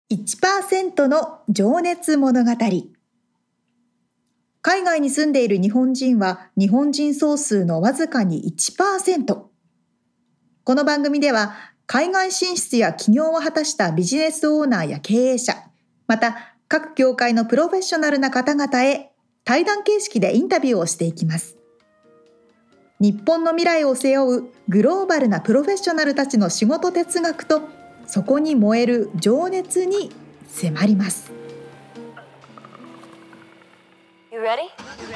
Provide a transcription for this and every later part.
1% の情熱物語。海外に住んでいる日本人は日本人総数のわずかに 1%。この番組では海外進出や起業を果たしたビジネスオーナーや経営者、また各業界のプロフェッショナルな方々へ対談形式でインタビューをしていきます。日本の未来を背負うグローバルなプロフェッショナルたちの仕事哲学とそこに燃える情熱に迫ります。 You ready?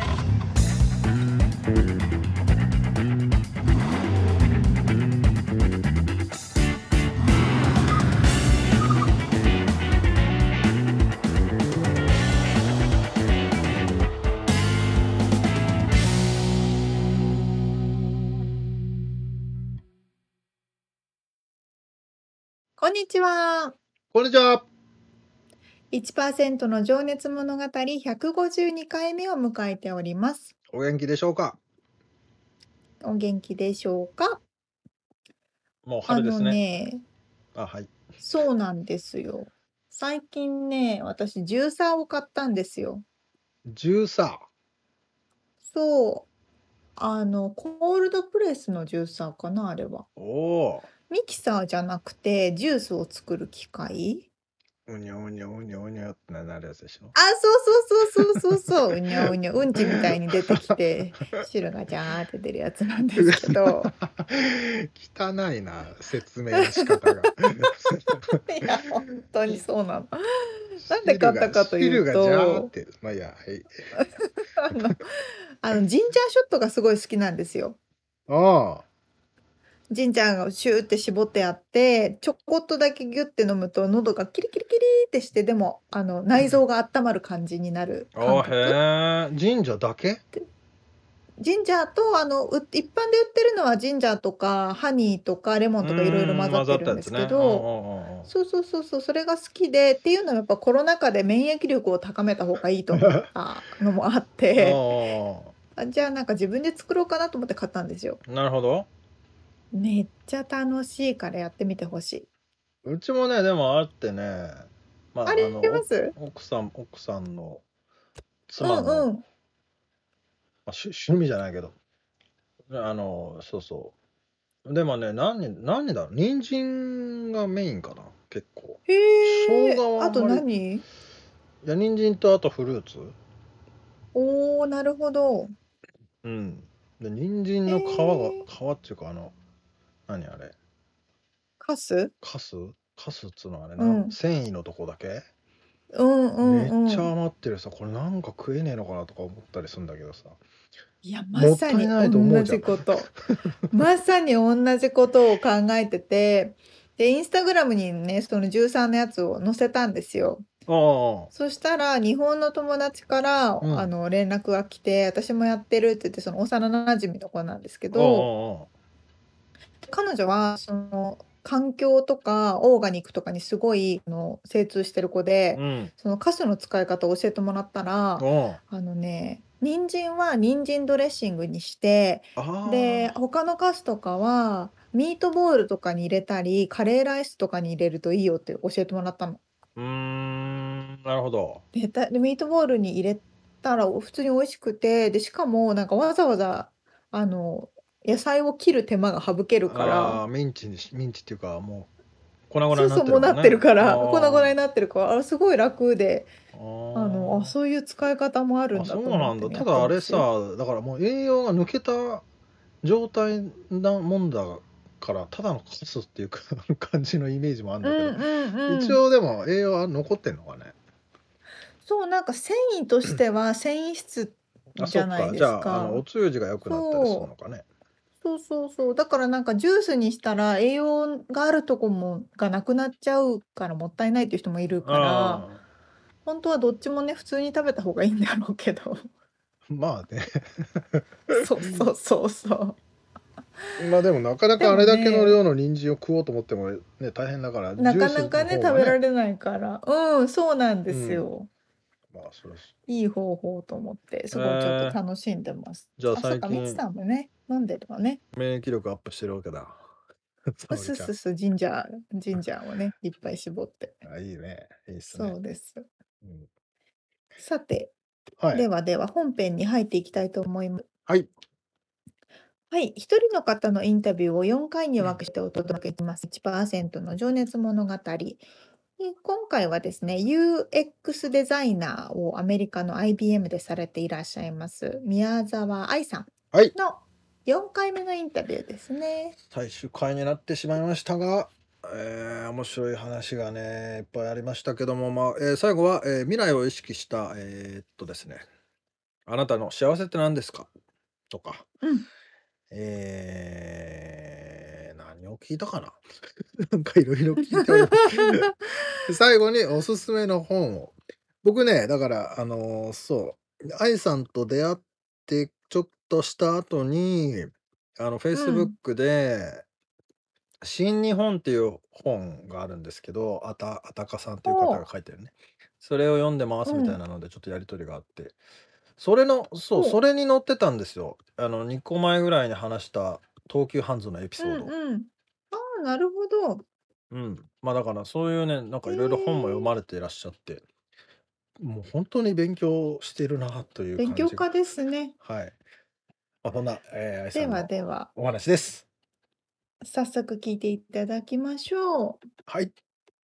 こんにちは。 こんにちは。 1% の情熱物語152回目を迎えております。 お元気でしょうか。 お元気でしょうか。 もう春ですね。 ね、 はい。 そうなんですよ。最近ね、私ジューサーを買ったんですよ。 ジューサそう、コールドプレスのジューサーかな、あれは。 ー。おミキサーじゃなくてジュースを作る機械。 お。うにょうにょうにょうにょってなるやつでしょ。 そう、うにょうにょ、うんちみたいに出てきて、汁がジャーって出るやつなんですけど。 汚いな、説明の仕方が。 いや、本当にそうなの。なんで買ったかという汁がジャーっと、 て。まあいいや、はい。 ジンジャーショットがすごい好きなんですよ。 ああ。 ジンジャーがシューって絞ってあって、ちょこっとだけギュッて飲むと喉がキリキリキリってして、でも内臓が温まる感じになる感あ覚。 へえ。ジンジャーだけ？ ジンジャーと一般で売ってるのはジンジャーとかハニーとかレモンとかいろいろ混ざってるんですけど、それが好きでっていうのはやっぱコロナ禍で免疫力を高めた方がいいと思ったのもあってじゃあなんか自分で作ろうかなと思って買ったんですよ。 なるほど。 めっちゃ楽しいからやってみてほしい。 うちもね、でもあってね、まあ、 あります？ 奥さんのう妻の、 んうん。 まあ、趣味じゃないけど、そうそう。でもね、何だろう、人参がメインかな、結構。 へ生え。あと姜はあんまり、 何？ いや、人参とあとフルーツ。 おー、なるほど。 うん。で、人参へのえ。 皮っていうか、何あれ、 カス？ カスっつうのはね、 うん。 繊維のとこだけうんうめっちゃんうん。 余ってるさ、これなんか食えねえのかなとか思ったりするんだけどさ、 いや、まもっさに同たいないと思うじゃん。 じこと。まさに同じことを考えてて、で、インスタグラムにね、その13のやつを載せたんですよ。 あそしたら日本の友達からあ、うん。あ連絡が来て、私もやってるって言って、その幼馴染の子なんですけあ、 ど、彼女はその環境とかオーガニックとかにすごい精通してる子で、 うん。 そのカスの使い方を教えてもらったら、人参は人参ドレッシングにして、でああ、 他のカスとかはミートボールとかに入れたりカレーライスとかに入れるといいよって教えてもらったの。 なるほど。 でミートボールに入れたら普通に美味しくて、でしかもなんかわざわざあの野菜を切る手間が省けるから。 ああ、ミンチっていうか、もう粉々になそうそう、もうなってってるもんね。 るから、粉々にあなってるから、すごい楽で、 あ、 そういう使い方もあるんだそうと思っなんだ。 てね、やってただあれさ、 ますよ。 だからもう栄養が抜けた状態なもんだから、ただのカスっていうか感じのイメージもあるんだけど、一うん。 応でも栄養は残ってんのかね。 そう、なんか繊維としては繊維質あ、そっか。 じゃないでじゃあ、おすか。 通じが良くなったりするそう。 のかね。 そう。だからなんかジュースにしたら栄養があるとこもがなくなっちゃうからもったいないっていう人もいるから、 あ本当はどっちもね、普通に食べた方がいいんだろうけど。 あ、まあね。 そう。 まあでもなかなでもかあれだけのね、 量の人参を食おうと思ってもね、大変だから、ジなかュースなかね、 の方がね。 食べられないから。そうなんですうん。 よ。 まあそれはいい方法と思って、 えすごいちょっとー、 楽しんでます。 じゃああ、そっか、みつ最近さんもね、飲んでるわね。 免疫力アップしてるわけだ。 沙織ちゃん。 ジンジャーをね、いっぱい絞って。 あ、いいね。いいっすね。 そうです。 うん。 さて、 はい。 ではでは本編に入っていきたいと思います。 はい。 はい、一人の方のインタビューを4回に分けてお届けします。1%の情熱物語。今回はですね、UX デザイナーをアメリカの IBM でされていらっしゃいます宮沢愛さんはい。 の4回目のインタビューですね。 最終回になってしまいましたが、面白い話がね、いっぱいありましたけども、最後は、未来を意識した、ですね、あなたの幸せって何ですかとか、 うん。 何を聞いたかななんかいろいろ聞いております。で、最後におすすめの本を。僕ね、だから、愛さんと出会ってちょっとした後に、 うん。 Facebook で新日本っていう本があるんですけど、あたかさんっていう方がほう。 書いてるね。それを読んでまうすみたいん。 なので、ちょっとやり取りがあって、それのそう、 ほう。 それに載ってたんですよ。2個前ぐらいに話した東急ハンズのエピうんソード。 うん。ああ、なるほど。 うん。だからそういうね、なんえかいろいろ本も読え、 まれていらっしゃって、もう本当に勉強してるなという勉感じが。 強家ですね。 はい。そんな、愛さではんのでは、 お話です。 早速聞いていただきましょう。 はい。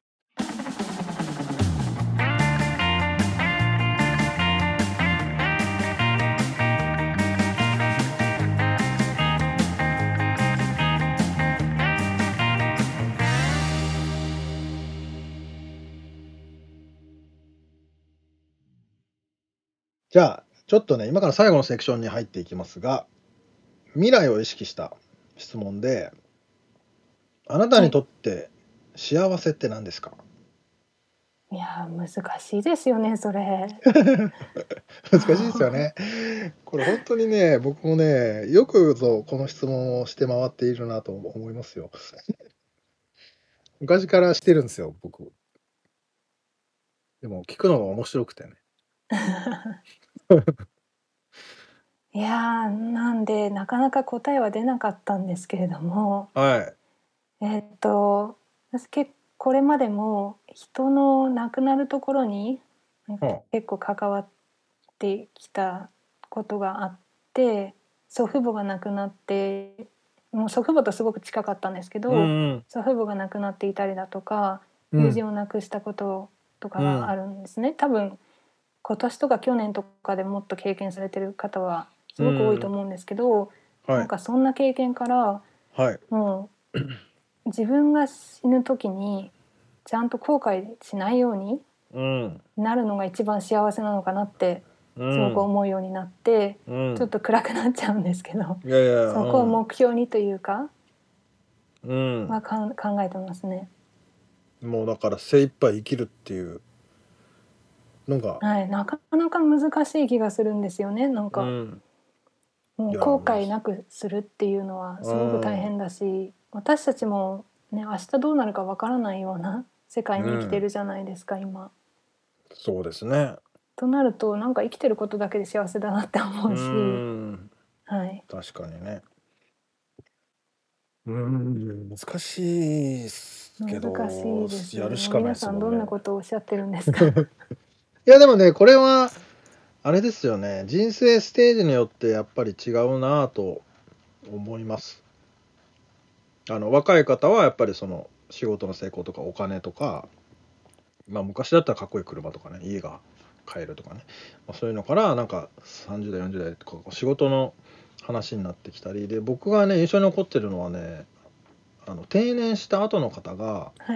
じゃあ、ちょっとね、今から最後のセクションに入っていきますが、未来を意識した質問で、あなたにはい。 とって幸せって何ですか？ いやー、難しいですよね、それ。 難しいですよね。これ本当にね、僕もね、よくぞこの質問をして回っているなと思いますよ。昔からしてるんですよ、僕。でも聞くのが面白くてね。 いやー、なんで、なかなか答えは出なかったんですけれども、 はい。 私これまでも人の亡くなるところになんかは結構関わってきたことがあって、祖父母が亡くなって、もう祖父母とすごく近かったんですけうど、 ん祖父母が亡くなっていたりだとか、友うん。 人を亡くしたこととかがあうん。 るんですね。多分今年とか去年とかでもっと経験されてる方はすうごく多いとん。 思うんですけど、 はい。 なんかそんな経験からはい。 もう自分が死ぬ時にちゃんと後悔しないようにうん。 なるのが一番幸せなのかなってすごくうん。 思うようになって、 うん。 ちょっと暗くなっちゃうんですけど、 いやいや、 そこを目標にというかうん。 は考えてますね。 もうだから精一杯生きるっていうのが、 はい、なかなか難しい気がするんですよね。なんかうん。いや、 もう後悔なくするっていうのはうすごく大ん。 変だし、私たちもね、明日どうなるかわからないような世界に生きてうん。 るじゃないですか、今。 そうですね。 となるとなんか生きてることだけで幸せだなって思ううし、 ん。 はい、 確かにね。難しいっすけ難しど、 いです。 やるしもうかないです皆さんどんなもんね。 ことをおっしゃってるんですか？ いやでもね、これはあれですよね。人生ステージによってやっぱり違うなぁと思います。若い方はやっぱりその仕事の成功とかお金とか、昔だったらかっこいい車とかね、家が買えるとかね、そういうのからなんか30代40代とか仕事の話になってきたりで、僕がね印象に残ってるのはね、定年した後の方が、 はい。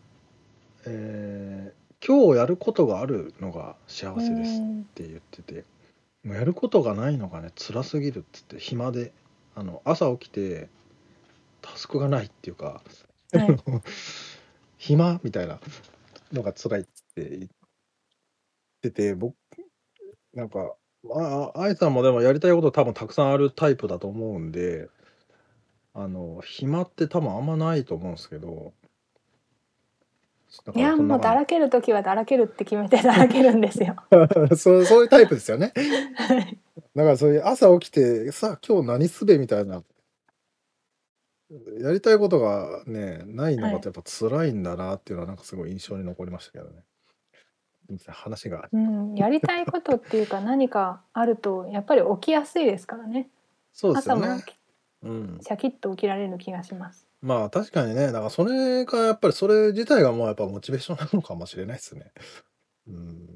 今日やることがあるのが幸うせですん。 って言ってて、もうやることがないのがね辛すぎるっつって、暇で朝起きてタスクがないっていうかはい。 暇みたいなのが辛いって言ってて、僕なんか、愛さんもでもやりたいこと多分たくさんあるタイプだと思うんで、暇って多分あんまないと思うんですけど、だからいや、 その中のもうだらける時はだらけるって決めてだらけるんですよ。 そういうタイプですよね。 はい。 だからそういう朝起きてさあ今日何すべみたいなやりたいことがね、ないのはい。 がやっぱ辛いんだなっていうのはなんかすごい印象に残りましたけどね。すみません、話が。 やりたいことっていうか何かあるとやっぱり起きやすいですからね。 そうですよね。 朝もうん。 シャキッと起きられる気がします。 まあ確かにね、だからそれがやっぱりそれ自体がもうやっぱモチベーションなのかもしれないですね。うん。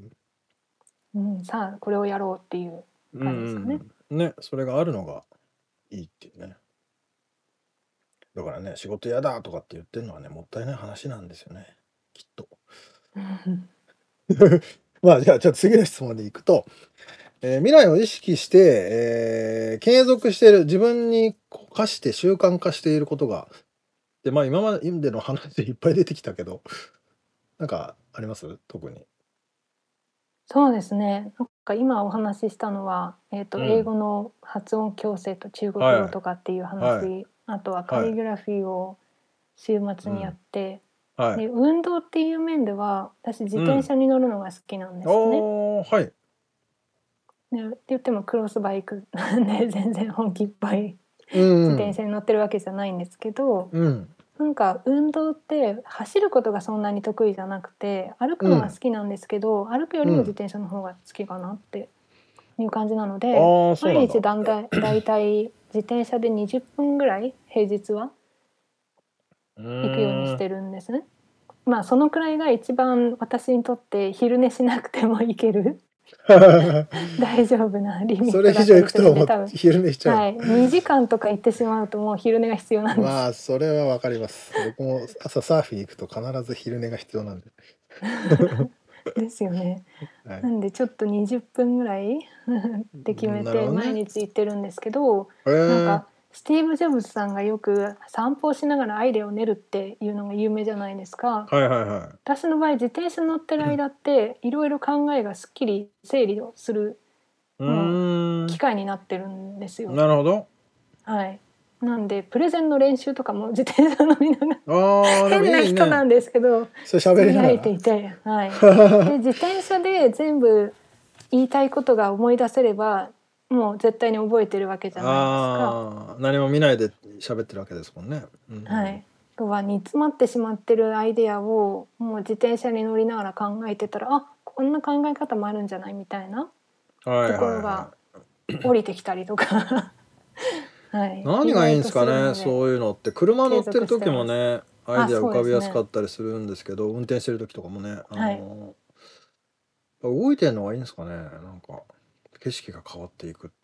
さあこれをやろうっていううん感じですかね。 ね、それがあるのがいいっていうね。だからね、仕事嫌だとかって言ってるのはね、もったいない話なんですよね。きっと。まあじゃあちょっと次の質問でいくと、未来を意識して、継続している自分に課して習慣化していることが、で、まあ今までの話でいっぱい出てきたけど、なんかあります特に。 そうですね。なんか今お話ししたのは、英うん。 語の発音矯正と中国語はい。 とかっていうはい。 話、あとはカはい。 リグラフィーを週末にやっうん。 て、で、 はい。 運動っていう面では、私自うん。 転車に乗るのが好きなんですね。 おー、はい。 ね、って言ってもクロスバイクなんで全然本気いっぱいう自転ん。 車に乗ってるわけじゃないんですけど、 うん。 なんか運動って走ることがそんなに得意じゃなくて、歩くのは好うん。 きなんですけど、歩くよりも自うん。 転車の方が好きかなっていう感じなので、 ああ、そう毎なんだ。 日だいたい自転車で20分ぐらい平日はう行くようにーん。 してるんですね。まあそのくらいが一番私にとって昼寝しなくてもいける大丈夫なリミットだったそれ以上行りするんで、 くともう多分、 昼寝しちゃう。 はい、2時間とか行ってしまうともう昼寝が必要なんです。 まあ、それはわかります。僕も朝サーフィン行くと必ず昼寝が必要なんで。 ですよね。 はい。 なんでちょっと20分ぐらいって決めなるほどね。 て毎日行ってるんですけど、 へえ。 なんかスティーブ・ジョブズさんがよく散歩をしながらアイデアを練るっていうのが有名じゃないですか。 はいはいは私の場合自転車乗ってる間っていろいろ考えがすっきり整理をするい。うもうーん。 機会になってるんですよ。 なるほど。 はい。なんでプレゼンの練習とかも自転車乗りながらああ、でも変ないいね。 人なんですけどそれ喋つぶやいてりながら。 いて、はい。で自転車で全部言いたいことが思い出せればもう絶対に覚えてるわけじゃないですか。 ああ、何も見ないで喋ってるわけですもんね。うん。 はい。あとは煮詰まってしまってるアイデアをもう自転車に乗りながら考えてたら、あ、こんな考え方もあるんじゃないみたいなはいところがは降りてきたりとかはい、 いはい。何意がいいんで外とするすかね、 のでそういうのって。車乗継ってる時続してます。 もね、アイあ、 デア浮そうかびやすかですね。 ったりするんですけど、運転してる時とかもね、 はい。 動いてるのがいいんですかね。なんか景色が変わっていく。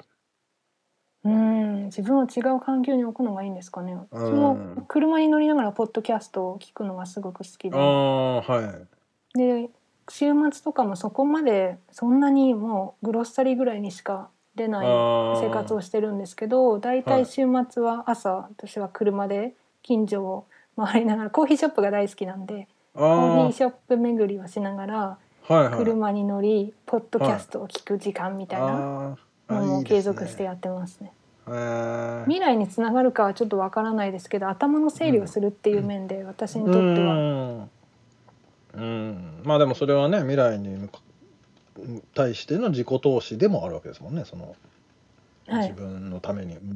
自分を違う環境に置くのがいいんですかね。 う私もん。 車に乗りながらポッドキャストを聞くのがすごく好きあで、 あ、はい。 で週末とかもそこまでそんなにもうグロッサリーぐらいにしか出あない生活をしてるんですけど、だいあ、はい。 たい週末は朝私は車で近所を回りながらコーヒーショップが大好きなんでコーヒーあショップ巡りをしながらあ、はいはい。 車に乗りポッドキャはい。 ストを聞く時間みたいなああ、あ、 のもいいで継続してすね。 やってますね。 へえ。 未来につながるかはちょっとわからないですけど、頭の整理をうん。 するっていう面で私にうとっては、 ーん。うん。まあでもそれはね、未来に対しての自己投資でもあるわけですもんね。その自はい、 分のために。うん。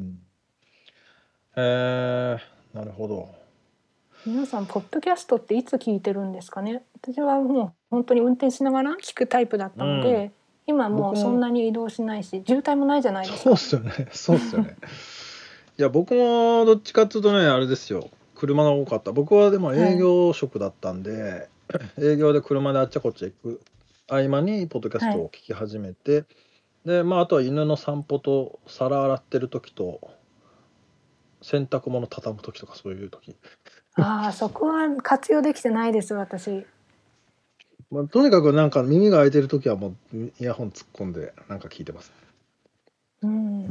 へえ、なるほど。 皆さんポッドキャストっていつ聞いてるんですかね。私はもう本当に運転しながら聞くタイプだったのうん。 で、今もうそん僕もなに移動しないし渋滞もないじゃないですそうっか。 すよね。そうっすよね。いや、僕もどっちかっていうとね、あれですよ。車が多かった。僕はでも営はい業職だったんで、営業で車であっちゃこっちゃ行く合間にポッドキャスはい。 トを聞き始めて、で、まあ、あとは犬の散歩と皿洗ってる時と洗濯物畳む時とかそういう時。 ああ、そこは活用できてないです私。 まあ、とにかくなんか耳が開いてる時はもうイヤホン突っ込んでなんか聞いてます。 うん。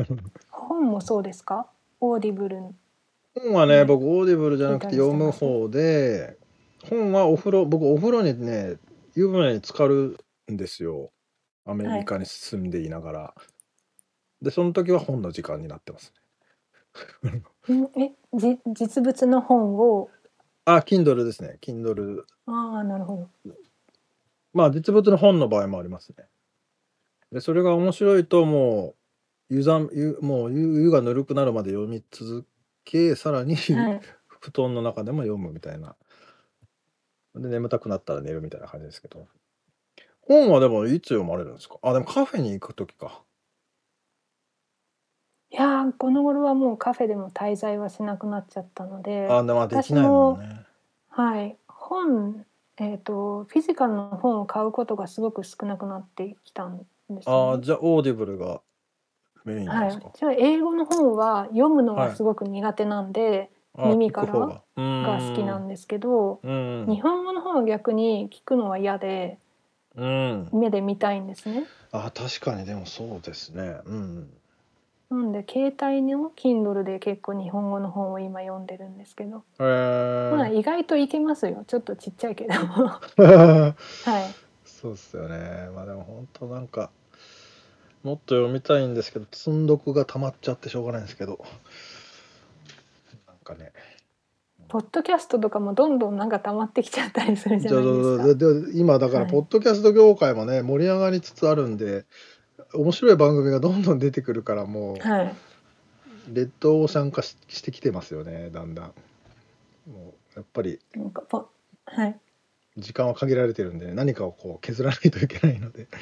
本もそうですか？オーディブル本はね、 で僕オーディブルじゃなくて聞いたりし読てます？ む方で、本は僕お風呂にね、湯船に浸かるんですよ。アメはい。 リカに住んでいながら。で、その時は本の時間になってますね。 実物の本を、 あ、Kindle ですね。Kindle。 ああ、なるほど。 まあ、実物の本の場合もありますね。で、それが面白いともう、もう湯がぬるくなるまで読み続けさらにはい。 布団の中でも読むみたいな。で、眠たくなったら寝るみたいな感じですけど。本はでもいつ読まれるんですか？あ、でもカフェに行く時か。 いやー、この頃はもうカフェでも滞在はしなくなっちゃったので、 あ、で、まあ、できないもん私も、 ね。 はい、フィジカルの本を買うことがすごく少なくなってきたんですよああ、 ね。 じゃあオーディブルがメインなんはい、 ですか？ じゃあ英語の本は読むのははい。 すごく苦手なんで、 ああ、聞耳からく方が。 が好きなんですけど、 うん。 日本語の本は逆に聞くのは嫌で、 うん。 目で見たいんですね。 あ、確かにでもそうですね。うん。 なんで携帯の Kindle で結構日本語の本を今読んでるんですけど、 へまあえ。 意外といけますよ。ちょっとちっちゃいけども。はい。 そうっすよね。まあでも本当なんか、もっと読みたいんですけど、積んどくが溜まっちゃってしょうがないんですけど、なんかね。 ポッドキャストとかもどんどんなんか溜まってきちゃったりするじゃじゃあ、 ないですか。 今だから、 はい。 ポッドキャスト業界もね、盛り上がりつつあるんで、面白い番組がどんどん出てくるから、もはい。 う、レッドオーシャン化してきてますよね、だんだん。もう、やっぱり、 なんかはい。 時間は限られてるんで、何かをこう削らないといけないので。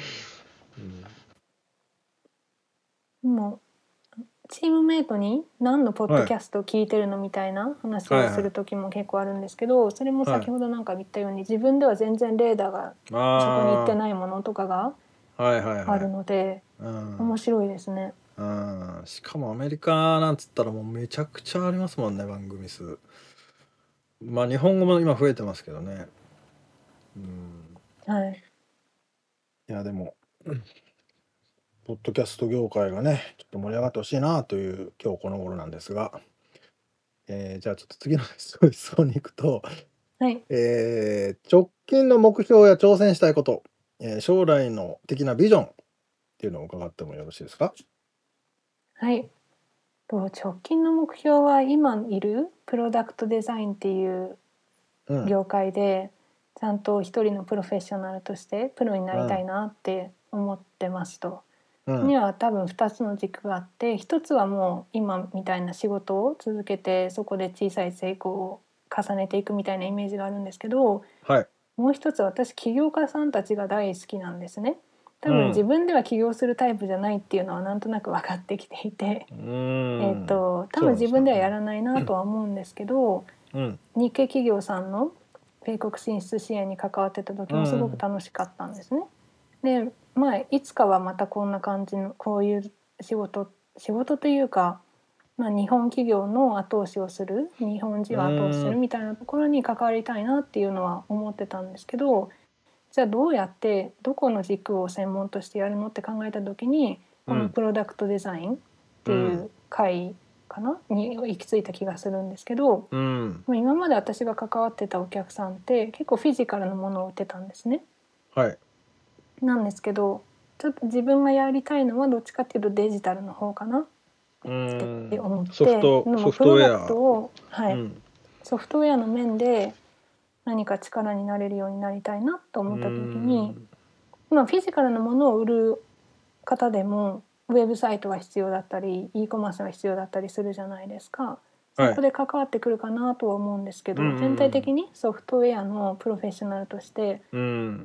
もうチームメイトに何のポッドはい。 キャストを聞いてるのみたいな話はいはい。 をする時も結構あるんですけど、それもはい。 先ほどなんか言ったように自分では全然レーダーがそこに行ってあないものとかがあ、はいはいあるはい。 のでうん。 面白いですね。 うん。しかもアメリカなんつったらもうめちゃくちゃありますもんね、番組数。まあ日本語も今増えてますけどね。うん。 はい。 いやでも、ポッドキャスト業界がね、ちょっと盛り上がってほしいなという今日この頃なんですが、じゃあちょっと次の質問に行くと、 はい。 直近の目標や挑戦したいこと、将来の的なビジョンっていうのを伺ってもよろしいですか？ はい。直近の目標は今いるプロダクトデザインっていううん、 業界でちゃんと一人のプロフェッショナルとしてプロになうん、 りたいなって思ってますと。 うん、 には多分2つの軸があって、一つはもう今みたいな仕事を続けてそこで小さい成功を重ねていくみたいなイメージがあるんですけど、 はい、 もう一つは私起業家さんたちが大好きなんですね。多分自うん、 分では起業するタイプじゃないっていうのはなんとなく分かってきていて、 うーん、 多分自そうなんですね。 分ではやらないなとは思うんですけど、 うん、 日系企業さんの米国進出支援に関わってた時もすごくうん、 楽しかったんですね。で、まあいつかはまたこんな感じのこういう仕事というか、まあ、日本企業の後押しをする、日本う人を後押しすーん、 るみたいなところに関わりたいなっていうのは思ってたんですけど、じゃあどうやってどこの軸を専門としてやるのって考えた時に、このうん、 プロダクトデザインっていうん、 う会かなに行き着いた気がするんですけど、 うん、 今まで私が関わってたお客さんって結構フィジカルなものを売ってたんですね。 はい、 なんですけど、ちょっと自分がやりたいのはどっちかっていうとデジタルの方かなっうーてん、 思って、でソもフトウェプロダクトア、 を、はい、 うん、 ソフトウェアの面で何か力になれるようになりたいなとうー思った時に、 ん、 まあ、フィジカルなものを売る方でもウェブサイトが必要だったり e コマースが必要だったりするじゃないですか。そはい、 こで関わってくるかなとは思うんですけうん、 ど、全体うん、 的にソフトウェアのプロフェッショナルとしてうん、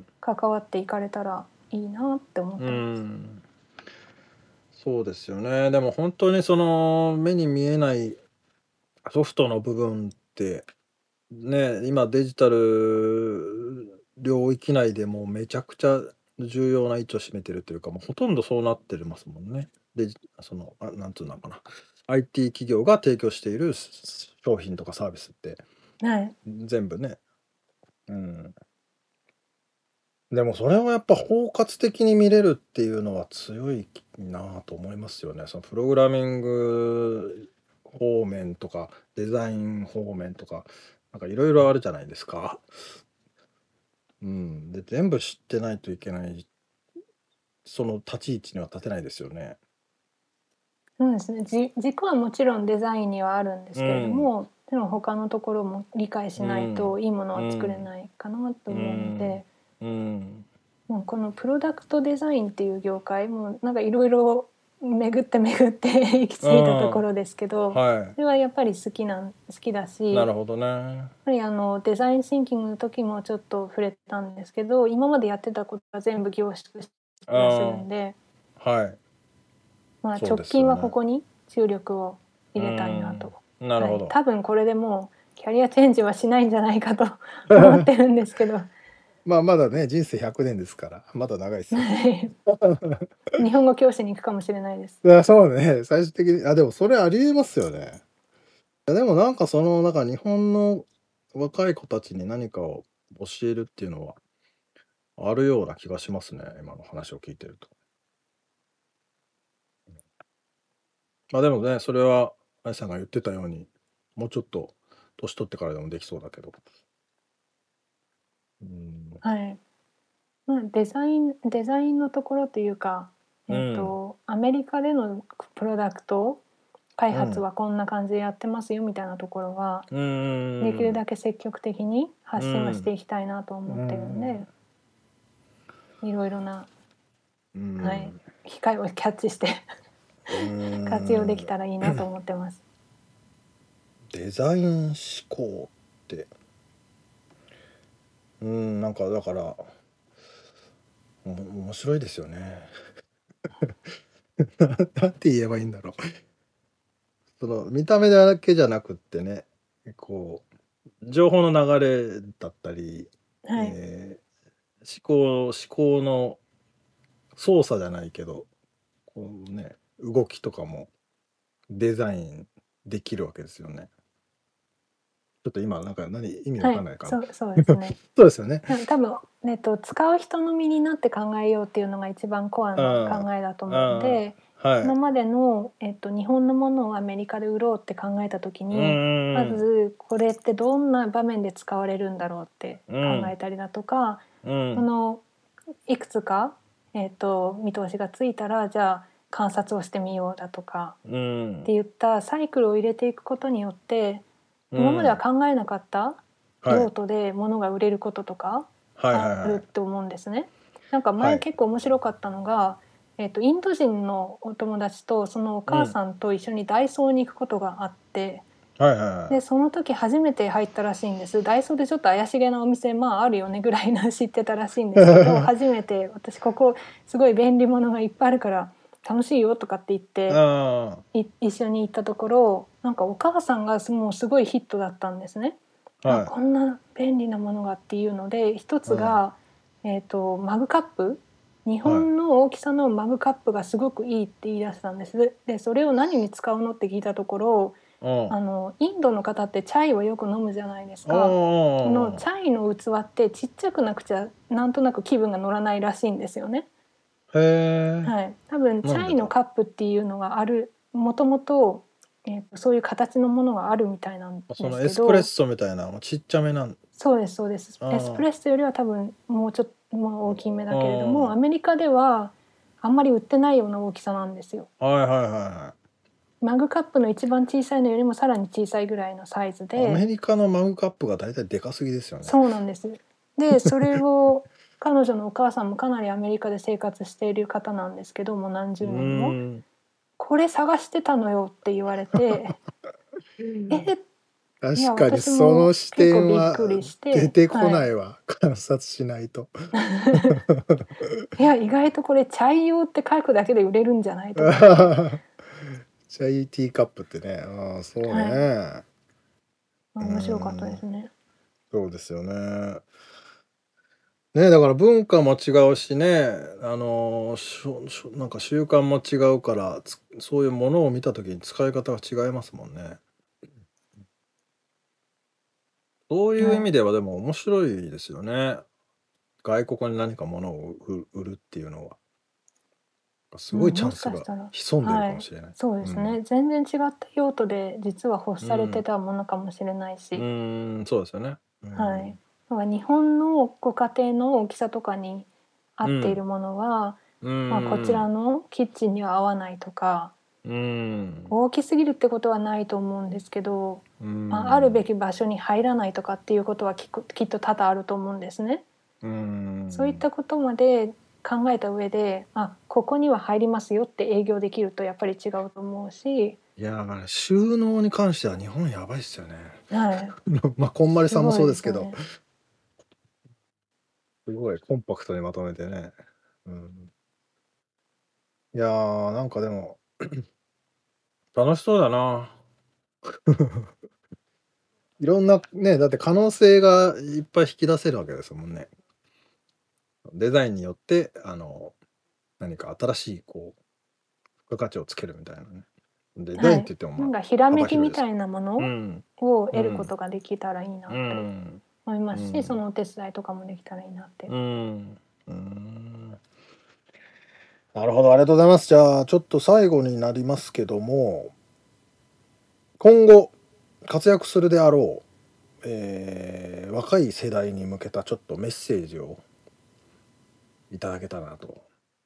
関わっていかれたらいいなって思っうてます。 ん、そうですよね。でも本当にその目に見えないソフトの部分ってね、今デジタル領域内でもめちゃくちゃ重要な位置を占めてるというか、もうほとんどそうなってますもんね。なんていうのかな、IT 企業が提供している商品とかサービスって、 はい。 全部ね。うん。でもそれをやっぱ包括的に見れるっていうのは強いなと思いますよね。そのプログラミング方面とか、デザイン方面とか、なんかいろいろあるじゃないですか。うん。で、全部知ってないといけない、その立ち位置には立てないですよね。 そうですね。軸はもちろんデザインにはあるんですけれどうん。 も、でも他のところも理解しうん。 ないといいものうは作れん。 ないかなとう思うのん。 で、 うん。 もうこのプロダクトデザインっていう業界もなんかいろいろ巡って巡って行き着いたところですけど、 はそれはやっぱり好きだし、 い。なるほどね。 やっぱりデザインシンキングの時もちょっと触れたんですけど、今までやってたことは全部凝縮してらっしゃるんで、 はい。 まあ、直そうですよね近はここに注力を入れたいなと。 なるほど。 はい、多分これでもうキャリアチェンジはしないんじゃないかと思ってるんですけどまあまだね人生100年ですからまだ長いですよ。 日本語教師に行くかもしれないです。 そうね最終的にでもそれありえますよね。でもなんかなんか日本の若い子たちに何かを教えるっていうのはあるような気がしますね、今の話を聞いてると。でもね、それはあやさんが言ってたようにもうちょっと年取ってからでもできそうだけど。 はい。まあ、デザインのところというか、アメリカでのプロダクト開発はこんな感じでやってますよみたいなところは、できるだけ積極的に発信はしていきたいなと思ってるんで、いろいろな、機会をキャッチして活用できたらいいなと思ってます。 デザイン思考ってなんかだから面白いですよね。なんて言えばいいんだろう。見た目だけじゃなくってね、こう情報の流れだったり、思考の操作じゃないけど、こうね動きとかもデザインできるわけですよね。ちょっと今なんか意味わかんないかな。 そうですね。 そうですよね。 多分使う人の身になって考えようっていうのが一番コアな考えだと思うので、今までの、日本のものをアメリカで売ろうって考えた時に、まずこれってどんな場面で使われるんだろうって考えたりだとか、いくつか、見通しがついたらじゃあ観察をしてみようだとか、っていったサイクルを入れていくことによって、今までは考えなかった用途で物が売れることとかあると思うんですね。なんか前結構面白かったのが、インド人のお友達とそのお母さんと一緒にダイソーに行くことがあって、でその時初めて入ったらしいんです。ダイソーでちょっと怪しげなお店あるよねぐらいな知ってたらしいんですけど初めて私ここすごい便利物がいっぱいあるから楽しいよとかって言って一緒に行ったところ、なんかお母さんがもうすごいヒットだったんですね。こんな便利なものがっていうので、一つが、マグカップ、日本の大きさのマグカップがすごくいいって言い出したんです。でそれを何に使うのって聞いたところ、インドの方ってチャイをよく飲むじゃないですか。このチャイの器ってちっちゃくなくちゃなんとなく気分が乗らないらしいんですよね。多分チャイのカップっていうのがある、もともとそういう形のものがあるみたいなんですけど、 そのエスプレッソみたいなちっちゃめなん。 そうですエスプレッソよりは多分もうちょっと大きめだけれども、アメリカではあんまり売ってないような大きさなんですよ。マグカップの一番小さいのよりもさらに小さいぐらいのサイズで、 アメリカのマグカップがだいたいでかすぎですよね。 そうなんです。でそれを彼女のお母さんもかなりアメリカで生活している方なんですけども、何十年もこれ探してたのよって言われて確かにその視点は出てこないわ、観察しないといや意外とこれチャイ用って書くだけで売れるんじゃないとかチャイティーカップってね、そうね、 面白かったですね。 そうですよね。だから文化も違うしね、なんか習慣も違うからそういうものを見た時に使い方が違いますもんね。そういう意味ではでも面白いですよね。外国に何か物を売るっていうのはすごいチャンスが潜んでるかもしれない。 そうですね、全然違った用途で実は欲されてたものかもしれないし、 そうですよね。 日本のご家庭の大きさとかに合っているものは、こちらのキッチンには合わないとか、大きすぎるってことはないと思うんですけど、あるべき場所に入らないとかっていうことはきっと多々あると思うんですね。そういったことまで考えた上で、こここには入りますよって営業できるとやっぱり違うと思うし。 いや収納に関しては日本やばいっすよね。 はい。 まあこんまりさんもそうですけど、 すごいですよね。 すごいコンパクトにまとめてね。うん、いやなんかでも楽しそうだな。いろんなね、だって可能性がいっぱい引き出せるわけですもんね。デザインによって何か新しいこう付加価値をつけるみたいなね。デザインって言ってもなんかまあひらめき幅広いです。 みたいなもうのんを得るこうんとができたらいいなうってん思いますし、 うんそのお手伝いとかもできたらいいなって。 うんなるほど、ありがとうございます。じゃあちょっと最後になりますけども、今後活躍するであろう、若い世代に向けたちょっとメッセージをいただけたらなと。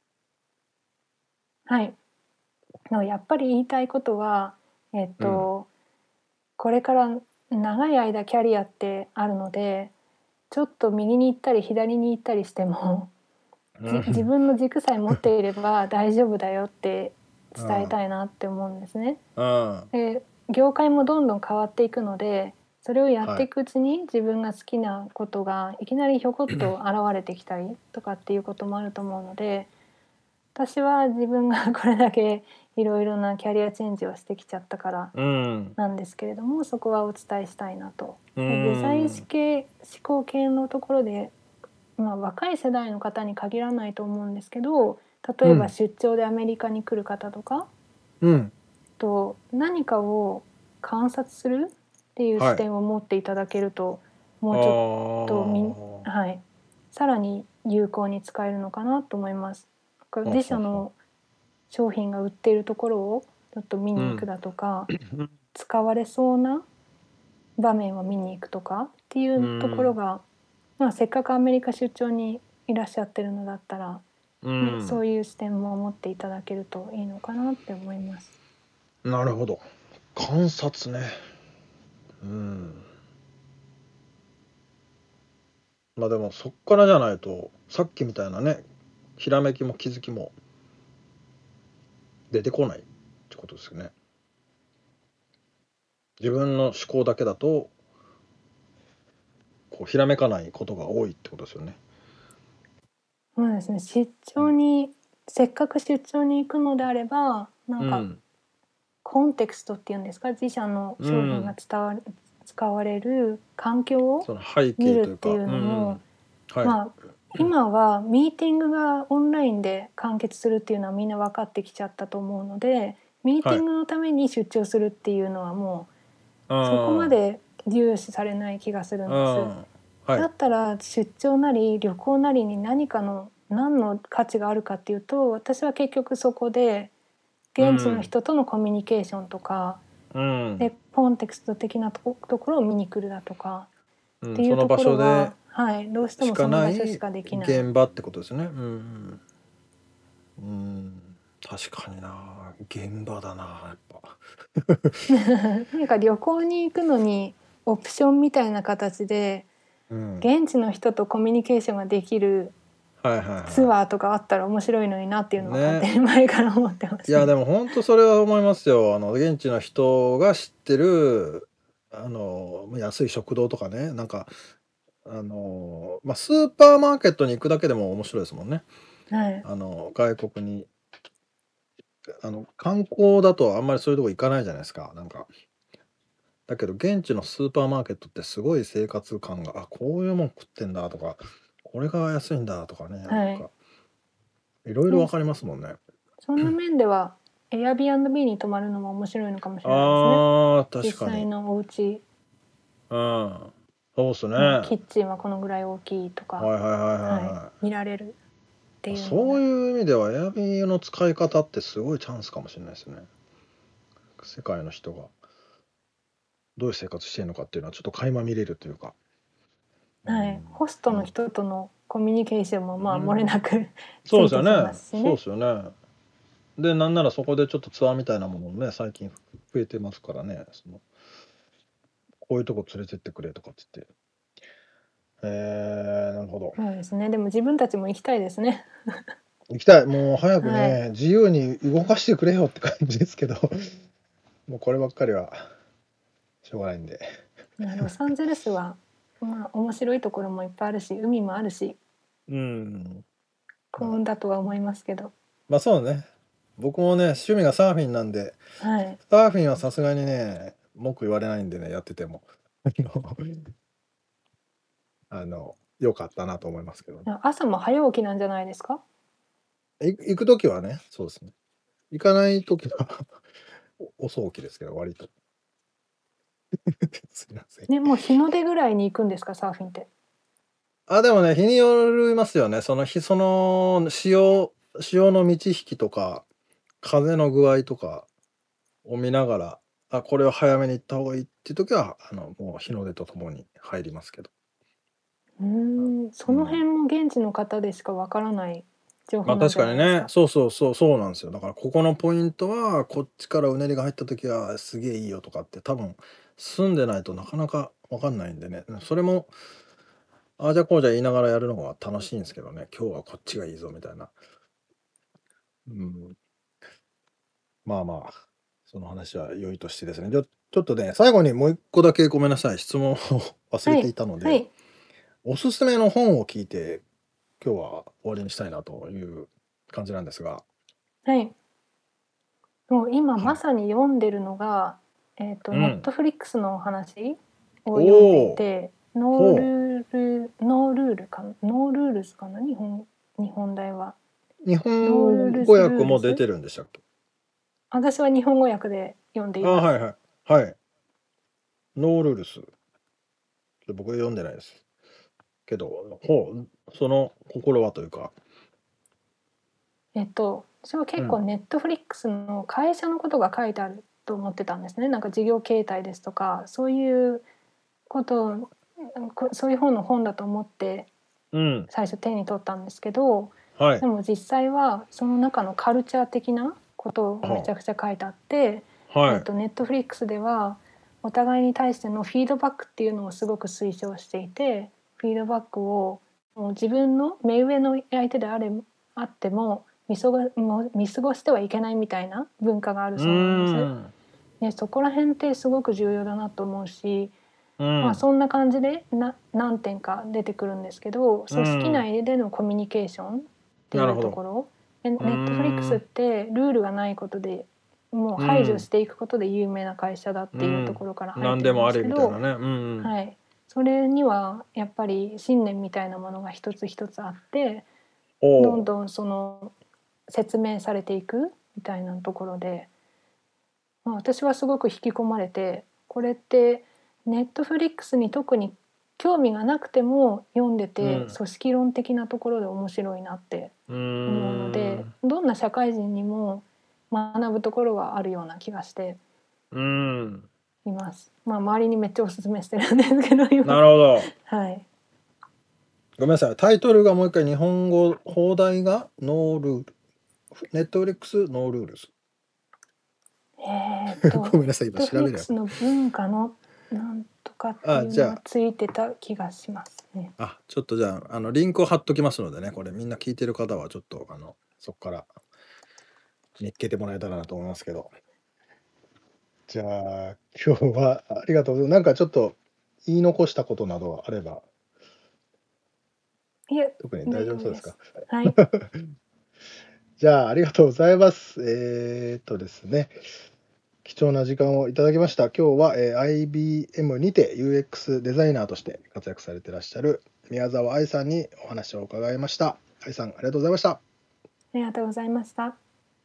はい。やっぱり言いたいことは、これから長い間キャリアってあるので、ちょっと右に行ったり左に行ったりしても自分の軸さえ持っていれば大丈夫だよって伝えたいなって思うんですね。で、業界もどんどん変わっていくので、それをやっていくうちに自分が好きなことがいきなりひょこっと現れてきたりとかっていうこともあると思うので、私は自分がこれだけいろいろなキャリアチェンジをしてきちゃったからなんですけれども、そこはお伝えしたいなと。で、デザイン思考系のところで、若い世代の方に限らないと思うんですけど、例えば出張でアメリカに来る方とか、と何かを観察するっていう視点を持っていただけると、もうちょっとさらに有効に使えるのかなと思います。自社の商品が売っているところをちょっと見に行くだとか、使われそうな場面を見に行くとかっていうところが、せっかくアメリカ出張にいらっしゃってるのだったら、そういう視点も持っていただけるといいのかなって思います。 なるほど。観察ね。まあでもそっからじゃないとさっきみたいなね、ひらめきも気づきも出てこないってことですよね。自分の思考だけだとこうひらめかないことが多いってことですよね。 そうですね。せっかく出張に行くのであれば、なんかコンテクストっていうんですか、自社の商品が使われる環境を見るっていうのも、今はミーティングがオンラインで完結するっていうのはみんな分かってきちゃったと思うので、ミーティングのために出張するっていうのはもうそこまで重視されない気がするんです。だったら出張なり旅行なりに何の価値があるかっていうと、私は結局そこで現地の人とのコミュニケーションとか、でコンテクスト的なところを見に来るだとかっていうところが、どうしてもその場所しかできない現場ってことですね。確かにな、現場だなやっぱ。 なんか旅行に行くのにオプションみたいな形で、現地の人とコミュニケーションができるツアーとかあったら面白いのになっていうのは勝手に前から思ってます。 いやでも本当それは思いますよ。現地の人が知ってる安い食堂とかね、なんかスーパーマーケットに行くだけでも面白いですもんね。外国に観光だとあんまりそういうとこ行かないじゃないですか。なんかだけど現地のスーパーマーケットってすごい生活感が、こういうもん食ってんだとか、これが安いんだとかね、なんかいろいろわかりますもんね。 そんな面ではAirbnb に泊まるのも面白いのかもしれないですね。実際のお家、 そうですね。 キッチンはこのぐらい大きいとか見られるっていうので、 そういう意味では Airbnb の使い方ってすごいチャンスかもしれないですね。世界の人がどういう生活してるのかっていうのはちょっと垣間見れるというか、 ホストの人とのコミュニケーションも漏れなくそうですよね。そうですよね。でなんならそこでちょっとツアーみたいなものもね最近増えてますからね、こういうとこ連れてってくれとかって言って、なるほど。 そうですね。でも自分たちも行きたいですね。 行きたい。もう早くはね、自由に動かしてくれよって感じですけど、もうこればっかりはしょうがないんで。 ロサンゼルスは面白いところもいっぱいあるし、海もあるし、 うん。 幸運だとは思いますけど。 まあそうね。僕もね、趣味がサーフィンなんで、 はい。 サーフィンはさすがにね、文句言われないんでね、やってても。良かったなと思いますけどね。 朝も早起きなんじゃないですか？ 行くときはね、そうですね。行かないときは遅起きですけど、割と。すみません。 ね、もう日の出ぐらいに行くんですか、サーフィンって。 でもね、日によりますよね。その潮の満ち引きとか、風の具合とかを見ながら、これは早めに行った方がいいっていう時は、もう日の出とともに入りますけど。 その辺も現地の方でしかわからない情報なん確じゃないですかにね、 か。 そうなんですよ。だからここのポイントは、こっちからうねりが入った時はすげえいいよとかって多分住んでないとなかなかわかんないんでね。それも、ああじゃこうじゃ言いながらやるのが楽しいんですけどね。今日はこっちがいいぞみたいな。うん。まあまあ、その話は良いとしてですね。ちょっとね、最後にもう一個だけごめんなさい。質問を忘れていたので、 はい。 おすすめの本を聞いて、今日は終わりにしたいなという感じなんですが。 はい。もう今まはい。 さに読んでるのが、ネットフリックスのお話を読んでいおお、 て、 ほう。 ノールールかな、ノールールズかな、日本題は。 日ノール本語ールズルールズ。 訳も出てるんでしたっけ？ 私は日本語訳で読んでいます。 はいはい。はい。ノールールス。僕読んでないです。けど、その心はというか。 私は結構うん。 ネットフリックスの会社のことが書いてあると思ってたんですね。なんか事業形態ですとか、そういうことを、そういう本だと思ってうん。 最初手に取ったんですけど、 はい。 でも実際はその中のカルチャー的なことをめちはゃくちゃ書いてあって、 あ。はい。 ネットフリックスではお互いに対してのフィードバックっていうのをすごく推奨していて、フィードバックをもう自分の目上の相手であっても見過ごしてはいけないみたいな文化があるうそうなんです。 ーん。 でそこら辺ってすごく重要だなと思うし、 うん。 そんな感じで何点か出てくるんですけど、 う組織ん。 内でのコミュニケーションっていうなるほど。 ところで、ネうットフリックーん。 スってルールがないことでもううん。 排除していくことで有名な会社だっていうとうん。 ころから入ってるん何でもあですけど、 りみたいなね。うんうん。 はい、それにはやっぱり信念みたいなものが一つ一つあって、 おお。 どんどんその説明されていくみたいなところで、私はすごく引き込まれて、これってネットフリックスに特に興味がなくても読んでうん。 て組織論的なところで面白いなってうー思うので、 ん。 どんな社会人にも学ぶところはあるような気がしてうーん。 います。周りにめっちゃおすすめしてるんですけど今。 なるほど。 はい。 ごめんなさい。タイトルがもう一回日本語、放題がノールール。ネットフリックスノールールズ。ごめんなさい。 ネットフリッ今調べるやクスの文化のなんとかっていうじゃのはついてた気がしますね。 ちょっとじゃあ、リンクを貼っときますのでね、これみんな聞いてる方はちょっと、そこから見っけてもらえたらなと思いますけど。じゃあ、今日はありがとうございます。なんかちょっと言い残したことなどあれば、 いえ、 特に大大丈夫そうですか？ 丈夫です。はい。 じゃあ、ありがとうございます。ですね、貴重な時間をいただきました。今日は、IBM にて UX デザイナーとして活躍されていらっしゃる宮沢愛さんにお話を伺いました。愛さん、ありがとうございました。 ありがとうございました。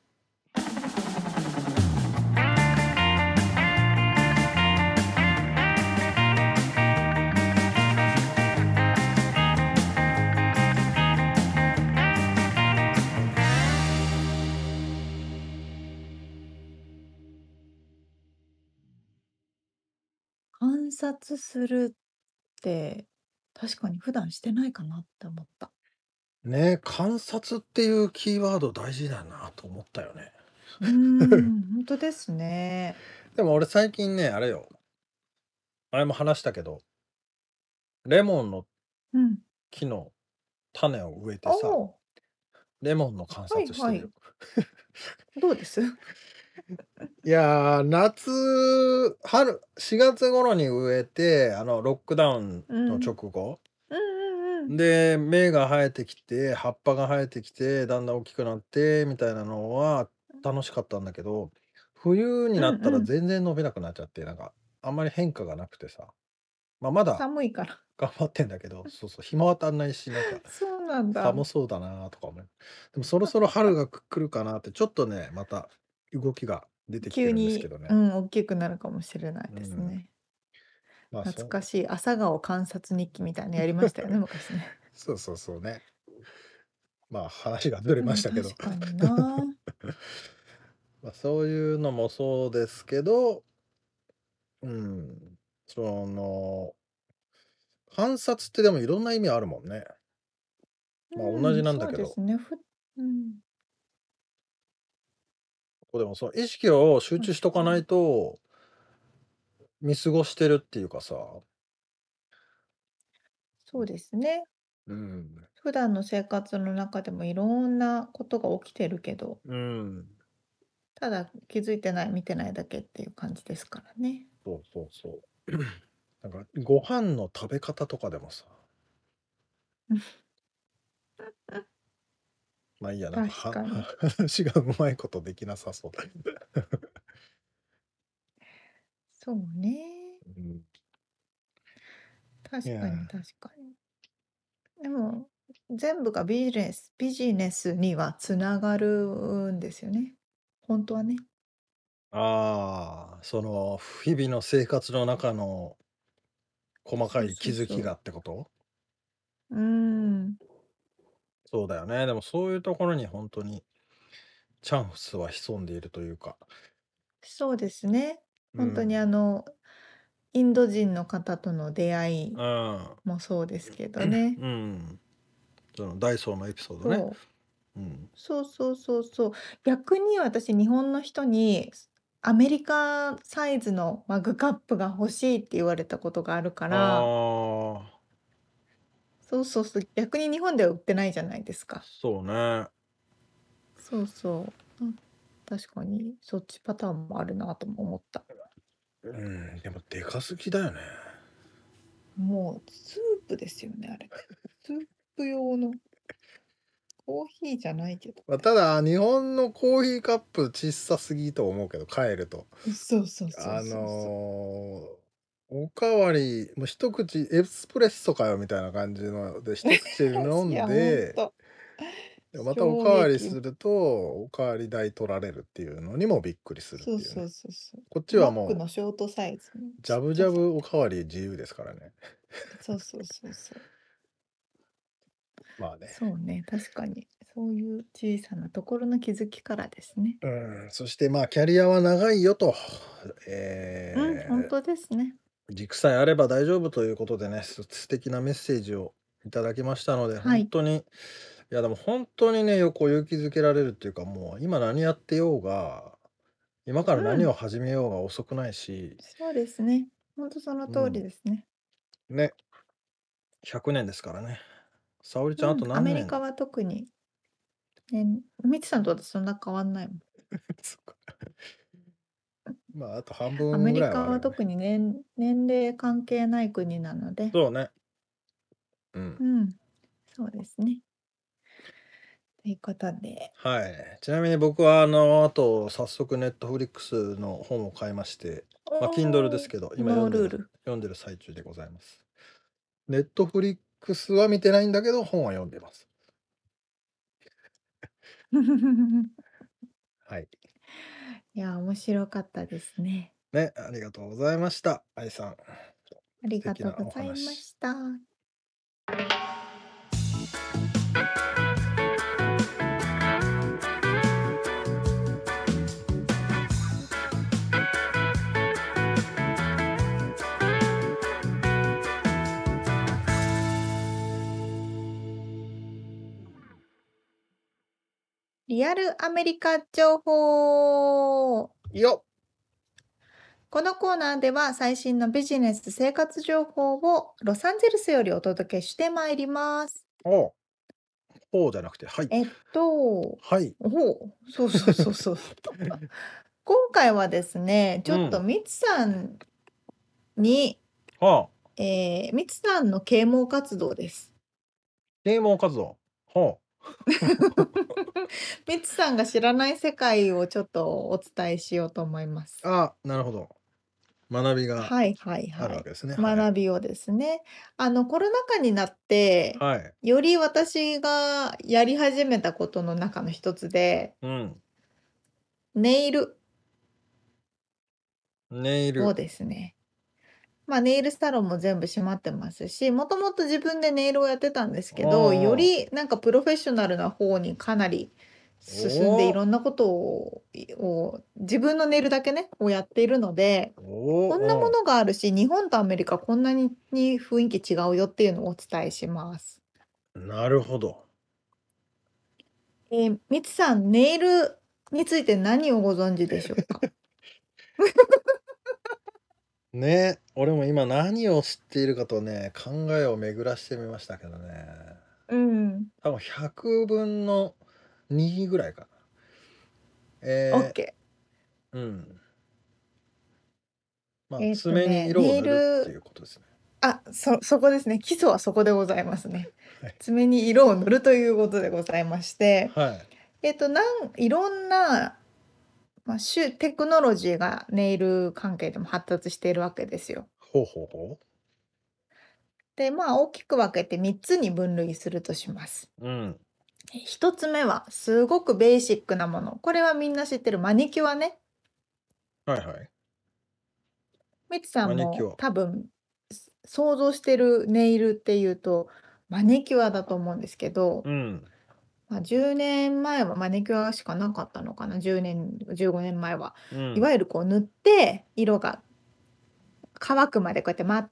観察するって確かに普段してないかなって思った。 ね、観察っていうキーワード大事だなと思ったよね。 本当ですね。 でも俺最近ね、あれよ、前も話したけど、レモンのうん。 木の種を植えてさ、 おお。 レモンの観はい察してるよ。 どうです？ いやー、春、4月頃に植えて、ロックダウンの直後。で、芽が生えてきて、葉っぱが生えてきて、だんだん大きくなってみたいなのは楽しかったんだけど、冬になったら全然伸びなくなっちゃって、なんか、あんまり変化がなくてさ。まだ寒いから。 頑張ってんだけど、そうそう、日も当たんないし、なんかそうなんだ。 寒そうだなとか思う。でもそろそろ春が来るかなって、ちょっとね、また動きが出てきて急るんですけに、 どね。 大きくなるかもしれないですね。懐かしい朝顔観察日記みたいなのやりましたよね、昔ね。 そうそうそうね。話がずれましたけど。 確かにな。 そういうのもそうですけど、観察ってでもいろんな意味あるもんね。同じなんだけど。 そうですね。 でも意識を集中しとかないと見過ごしてるっていうかさ。 そうですね。 うん。 普段の生活の中でもいろんなことが起きてるけど、ただ気づいてない、見てないだけっていう感じですからね。 そうそうそう。なんかご飯の食べ方とかでもさ。まあいいや、なんか確かに。 話がうまいことできなさそうだ。 そうね。確かに確かに。でも、全部がビジネスにはつながるんですよね。本当はね。 その日々の生活の中の細かい気づきがってこと？そうだよね。でもそういうところに本当にチャンスは潜んでいるというか。 そうですね。本当にインド人の方との出会いもそうですけどね。 そのダイソーのエピソードね。 そうそうそうそう。逆に私、日本の人にアメリカサイズのマグカップが欲しいって言われたことがあるから、そうそうそう、逆に日本では売ってないじゃないですか。 そうね。 そうそう。確かにそっちパターンもあるなとも思った。 でもでかすぎだよね。 もうスープですよね、あれ。スープ用のコーヒーじゃないけど。 ただ日本のコーヒーカップ小さすぎと思うけど、帰ると。 そうそうそうそうおかわり、もう一口エスプレッソかよみたいな感じので一口で飲んで、またおかわりするとおかわり代取られるっていうのにもびっくりするっていうね。 そうそうそう。 こっちはもマックのショートサイズ。 ジャブジャブおかわり自由ですからね。 そうそうそうそう。 まあね。 そうね、確かに。そういう小さなところの気づきからですね。 そしてキャリアは長いよと。 本当ですね。 軸さえあれば大丈夫ということでね、素敵なメッセージをいただきましたので、本当に、いやでも本当にね、勇気づけられるっていうか、もう今何やってようが、今から何を始めようが遅くないし、 そうですね。本当その通りですね。 ね、100年ですからね。沙織ちゃんあとア何年？ メリカは特に、みつさんと私そんな変わんないもん。 そっか。あと半ア分ぐメリカらいはあるよね。 は特に年齢関係ない国なので。 そうね。 そうですね。ということで。 はい。ちなみに僕はあと早速ネットフリックスの本を買いまして、Kindle ですけど、今読んでる最中でございます。ネットフリックスは見てないんだけど、本は読んでます。はい。 いや、面白かったですね。 ね、ありがとうございました、愛さん。 ありがとうございました。リアルアメリカ情報よ。 このコーナーでは最新のビジネス生活情報をロサンゼルスよりお届けしてまいります。 ほほうじゃなくて、はい。 はい。そうそうそうそう。今回はですね、ちょっとミツさんに、ミツさんの啓蒙活動です。 啓蒙活動。 ミツさんが知らない世界をちょっとお伝えしようと思います。 なるほど。学びがあるわけですね。 学びをですね。コロナ禍になって、より私がやり始めたことの中の一つで、ネイルをですね。ネイルサロンも全部閉まってますし、もともと自分でネイルをやってたんですけど、よりなんかプロフェッショナルな方にかなり進んでいろんなことを自分のネイルだけね、をやっているので、こんなものがあるし、日本とアメリカこんなに雰囲気違うよっていうのをお伝えします。 なるほど。 ミツさん、ネイルについて何をご存知でしょうか？ ね、俺も今何を知っているかとね、考えを巡らしてみましたけどね。多分100分の2ぐらいかな。 OK。 爪に色を塗るっていうことですね。 そこですね。基礎はそこでございますね。爪に色を塗るということでございまして、いろんな、テクノロジーがネイル関係でも発達しているわけですよ。で、大きく分けて3つに分類するとします。1つ目はすごくベーシックなもの。これはみんな知ってるマニキュアね。ミツさんも多分想像してるネイルっていうとマニキュアだと思うんですけど、10年前はマニキュアしかなかったのかな、10年15年前は、いわゆるこう塗って色が乾くまでこうやって待って、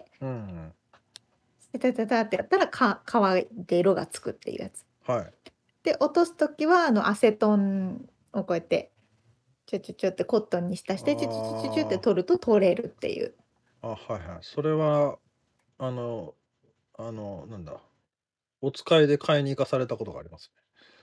タタタってやったら乾いて色がつくっていうやつ。で落とす時はアセトンをこうやってちょってコットンに浸してチュチュチュチュって取ると取れるっていう。 それはなんだ、お使いで買いに行かされたことがありますね。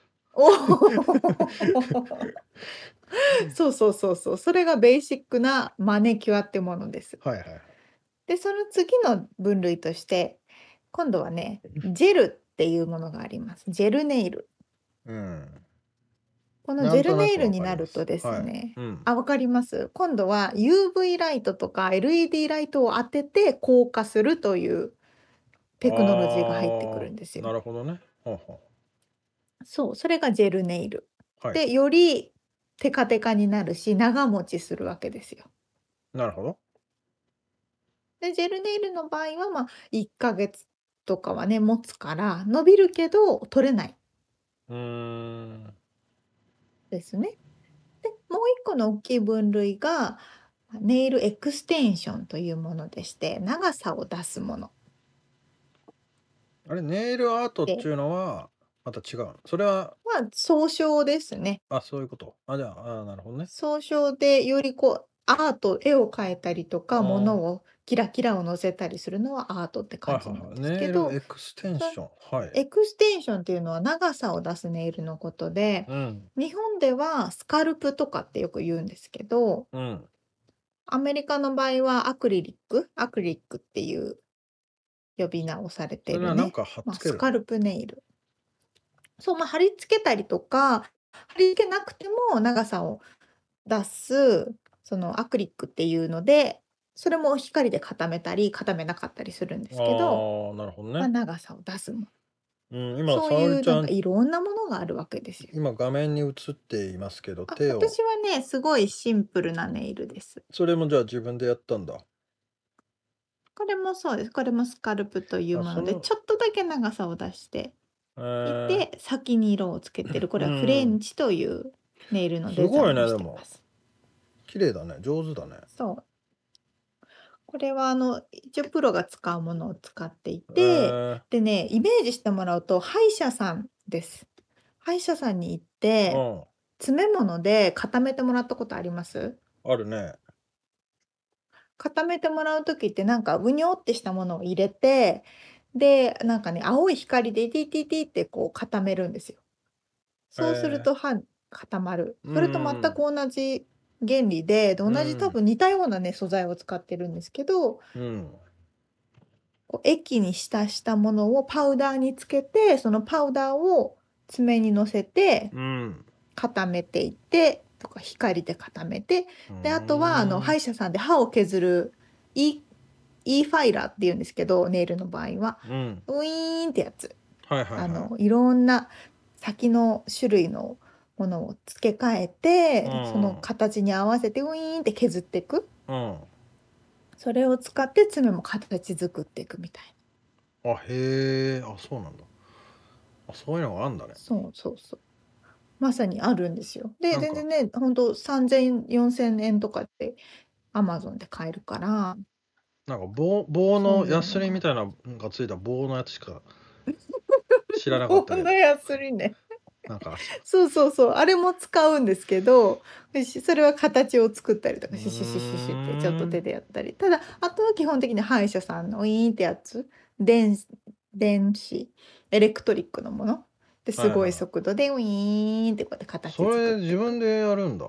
そうそうそうそう。それがベーシックなマニキュアってものです。で、その次の分類として、今度はね、ジェルっていうものがあります。ジェルネイル。このジェルネイルになるとですね、わかります。今度は UV ライトとか LED ライトを当てて硬化するというテクノロジーが入ってくるんですよ。 なるほどね。 そう、それがジェルネイル。で、よりテカテカになるし、長持ちするわけですよ。 なるほど。 で、ジェルネイルの場合は、1ヶ月とかはね、持つから伸びるけど取れない。ですね。で、もう一個の大きい分類がネイルエクステンションというものでして、長さを出すもの。 ネイルアートっていうのはまた違う。それは総称ですね。 そういうこと。じゃあ、なるほどね。 総称でよりこうアート、絵を描いたりとか、物をキラキラを乗せたりするのはアートって感じなんですけど、 ネイルエクステンション。 エクステンションっていうのは長さを出すネイルのことで、日本ではスカルプとかってよく言うんですけど、アメリカの場合はアクリリックっていう呼び名をされてるね。スカルプネイル。そう、貼り付けたりとか、貼り付けなくても長さを出す、そのアクリックっていうので、それも光で固めたり固めなかったりするんですけど、 なるほどね。 長さを出すもの。 今そういうなんかいろんなものがあるわけですよ。 今画面に映っていますけど、 私はね、すごいシンプルなネイルです。 それもじゃあ自分でやったんだ。 これもそうです。これもスカルプというもので、ちょっとだけ長さを出していて、先に色をつけてる。これはフレンチというネイルのデザインをしてます。 綺麗だね、上手だね。 そう。これは一応プロが使うものを使っていて、でね、イメージしてもらうと歯医者さんです。歯医者さんに行って、詰め物で固めてもらったことあります？ あるね。 固めてもらう時ってなんかうにょってしたものを入れて、 でなんかね青い光でティティティってこう固めるんですよ。そうすると固まる。それと全く同じ原理で、同じ多分似たようなね素材を使ってるんですけど、こう液に浸したものをパウダーにつけて、そのパウダーを爪にのせて固めていってとか、光で固めて、であとは歯医者さんで歯を削るEファイラーっていうんですけど、ネイルの場合はウィーンってやつ、いろんな先の種類のものを付け替えて、その形に合わせてウィーンって削っていく、それを使って爪も形作っていくみたいな。へえ、そうなんだ。そういうのがあるんだね。 そうまさにあるんですよ。で全然ね、ほんと3000、4000円とかってアマゾンで買えるから。 なんか棒のヤスリみたいなのがついた棒のやつしか知らなかったけど。 棒のヤスリね。 なんかそうあれも使うんですけど、それは形を作ったりとかシュシュシュシュシュってちょっと手でやったり、ただあとは基本的に歯医者さんのウィーンってやつ、電子エレクトリックのものですごい速度でウィーンってこうやって形作っていく。 それ自分でやるんだ。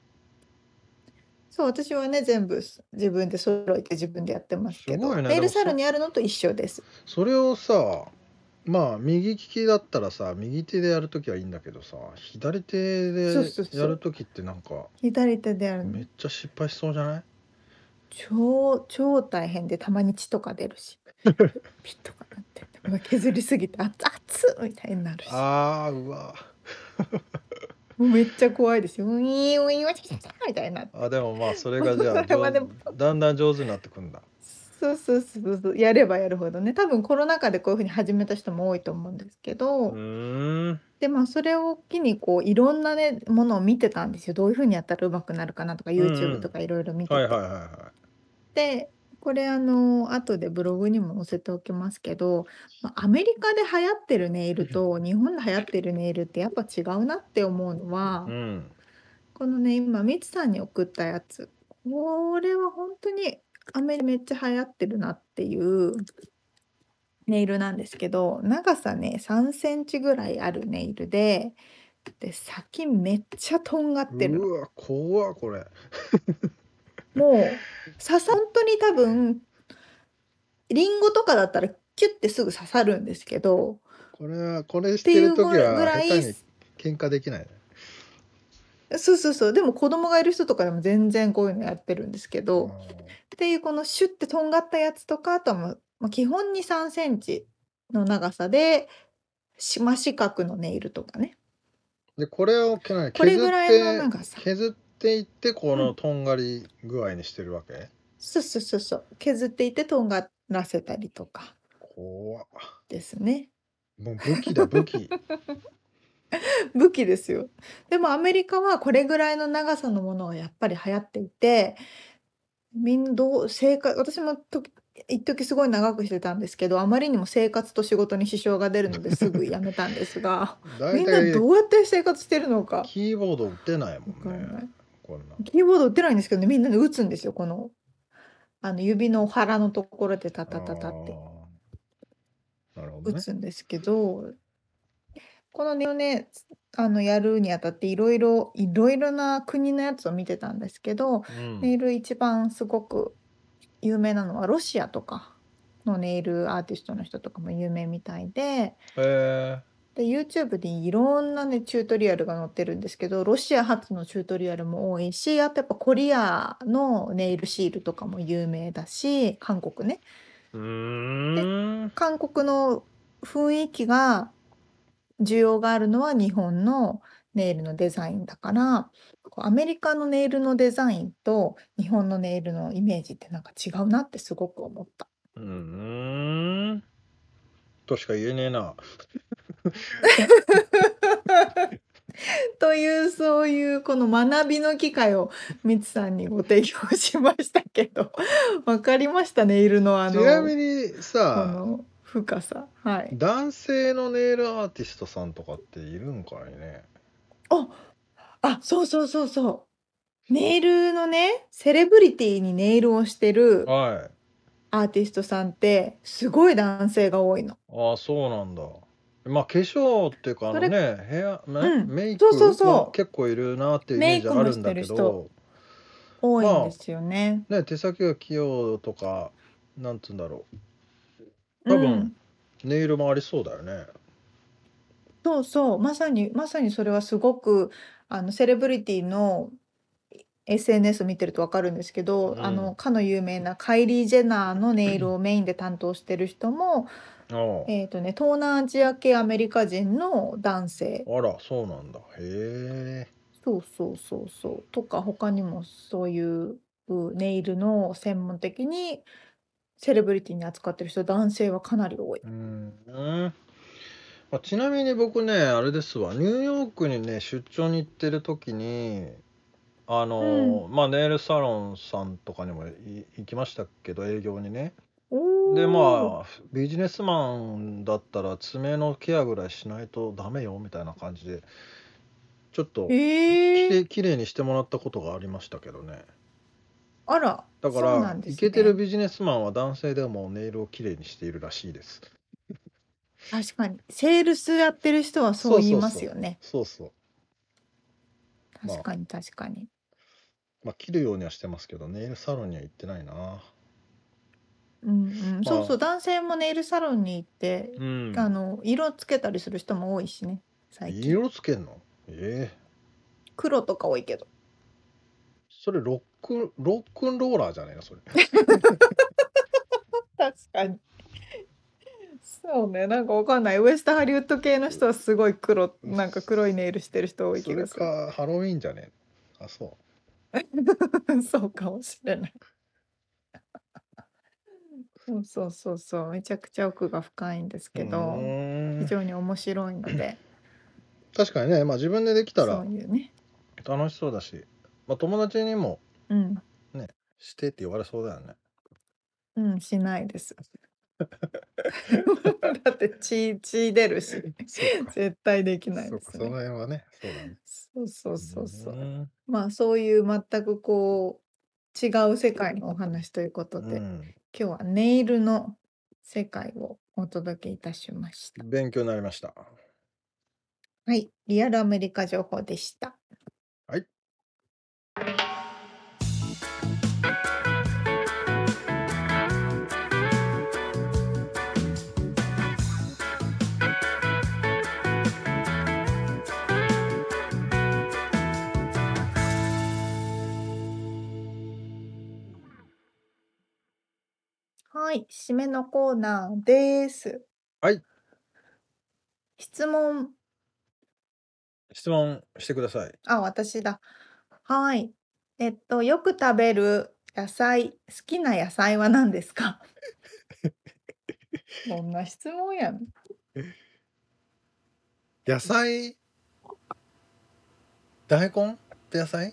そう、私はね全部自分で揃えて自分でやってますけど、ネイルサロンにあるのと一緒です。 それをさ、まあ右利きだったらさ、右手でやるときはいいんだけどさ、左手でやるときってなんか左手でやるのめっちゃ失敗しそうじゃない？ 超大変で、たまに血とか出るしピッとかなって、削りすぎて熱々みたいになるし、 うわもうめっちゃ怖いですよ。ウィーンウィーンみたいになって。 でもまあそれがじゃあだんだん上手になってくんだ。 そうやればやるほどね、多分コロナ禍でこういうふうに始めた人も多いと思うんですけど、でそれを機にこういろんなねものを見てたんですよ。どういうふうにやったら上手くなるかなとか、YouTube とかいろいろ見てて、でこれ後でブログにも載せておきますけど、アメリカで流行ってるネイルと日本で流行ってるネイルってやっぱ違うなって思うのは、このね今ミツさんに送ったやつ、これは本当にアメリカめっちゃ流行ってるなっていうネイルなんですけど、長さね3センチぐらいあるネイルで、先めっちゃとんがってるの。 うわ怖っこれ。 もう本当に多分リンゴとかだったらキュッてすぐ刺さるんですけど、 これしてる時は下手に喧嘩できないね。 そうでも子供がいる人とかでも全然こういうのやってるんですけど、っていうこのシュッてとんがったやつとか、あとは基本に3センチの長さで真四角のネイルとかね。 でこれをこれぐらいの長さ削っていってこのとんがり具合にしてるわけ？ そう削っていってとんがらせたりとか怖っですね。 もう武器だ武器武器ですよ。でもアメリカはこれぐらいの長さのものがやっぱり流行っていて、みんな私も一時すごい長くしてたんですけど、あまりにも生活と仕事に支障が出るのですぐやめたんですがみんなどうやって生活してるのか。 キーボード打てないもんね。 キーボード打てないんですけどね、みんなで打つんですよ。この指の腹のところでタタタタって打つんですけど、このねやるにあたっていろいろな国のやつを見てたんですけど、ネイル一番すごく有名なのはロシアとかのネイルアーティストの人とかも有名みたいで、YouTube でいろんなねチュートリアルが載ってるんですけど、ロシア発のチュートリアルも多いし、あとやっぱコリアのネイルシールとかも有名だし、韓国ね。で韓国の雰囲気が需要があるのは日本のネイルのデザインだから、アメリカのネイルのデザインと日本のネイルのイメージってなんか違うなってすごく思った。 としか言えねえな。 というそういうこの学びの機会をミツさんにご提供しましたけどわかりました？ネイルのちなみにさ、 この深さ、はい、 男性のネイルアーティストさんとかっているんかいね。 そうネイルのねセレブリティにネイルをしてるアアーティストさんってすごい男性が多いの。 ああ、そうなんだ。まあ化粧っていうかそれヘアメイそうそうクはそ結構いるなっていうう。 イメーメイクもしジあるんだてる人けど、 多いんでますよね。 あね、手先が器用とか、なんつうんだろう。 う多分ん。 ネイルもありそうだよね。 そうそう。まさにそれはすごくセレブリティのSNS 見てるとわかるんですけど、 うん。 かの有名なカイリー・ジェナーのネイルをメインで担当してる人も、 あ東南アジア系アメリカ人の男性。 あ、あら、そうなんだ。へえ。 そうそうそうそう。とか、他にもそういうネイルの専門的にセレブリティに扱ってる人、男性はかなり多い。 まあ、ちなみに僕ね、あれですわ、ニューヨークにね、出張に行ってる時に、まあ、ネイルサロンさんとかにも行きましたけど、営業にね。で、まあ、ビジネスマンだったら爪のケアぐらいしないとダメよみたいな感じで、ちょっときれいにしてもらったことがありましたけどね。 あら、 だかそうなら、 んですイケてるね。 ビジネスマンは男性でもネイルをきれいにしているらしいです。 確かに。セールスやってる人はそう言いますよね。 そうそう。 確かに確かに。 まあ、切るようにはしてますけど、ネイルサロンには行ってないな。 そうそう、男性もネイルサロンに行って、 うん。 色つけたりする人も多いしね、最近。 色つけんの？ 黒とか多いけど。 それロックンローラーじゃないのそれ。 確かに。そうね、なんかわかんない。ウエストハリウッド系の人はすごいなんか黒いネイルしてる人多い気がする。 それかハロウィンじゃねえ。あ、そう。 そうかもしれない。そうそうそう、めちゃくちゃ奥が深いんですけど、非常に面白いので。 確かにね、まあ自分でできたらそういうね。 楽しそうだし、まあ友達にもね、してって言われそうだよね。 しないです。だって血出るし、絶対できないですそのね。 辺はね、そうだね。 そう。まあそういう全くこう違う世界のお話ということで、今日はネイルの世界をお届けいたしました。 勉強になりました。 はい、リアルアメリカ情報でした。 はい。 はい、締めのコーナーです。 はい。 質問してください。 私だ。はい。よく食べる野菜、好きな野菜は何ですか？どんな質問やん。 野菜？大根って野菜？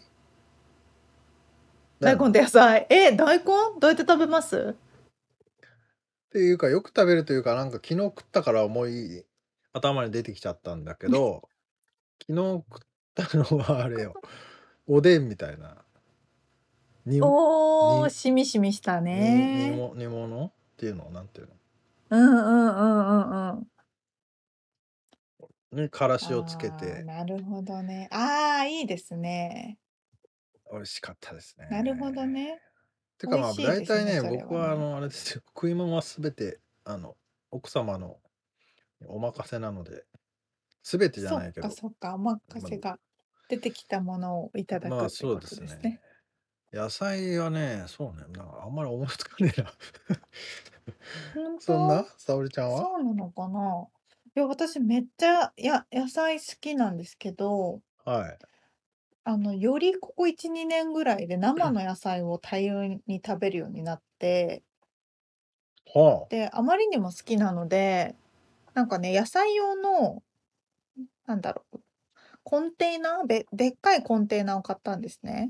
大根って野菜。大根どうやって食べます？ っていうか、よく食べるというか、なんか昨日食ったから頭に出てきちゃったんだけど、昨日食ったのはあれよ、おでんみたいな。 しみしみしたね。 煮物っていうのなんていうの。 にからしをつけて。 なるほどね。いいですね。 美味しかったですね。 なるほどね。 てかまあ大体ね、 それはね僕はあれですよ、食い物はすべて奥様のお任せなので、すべてじゃないけど。 そっか、お任せが出てきたものをいただくってことですね。 野菜はね、そうね、なんかあんまり思いつかねえな。 そんな？ 沙織ちゃんは？ そうなのかな。いや、私めっちゃ野菜好きなんですけど、 はい。 よりここ1、2年ぐらいで生の野菜を大量に食べるようになって、で、あまりにも好きなので、なんかね、野菜用の、なんだろう、コンテイナーでっかいコンテイナーを買ったんですね。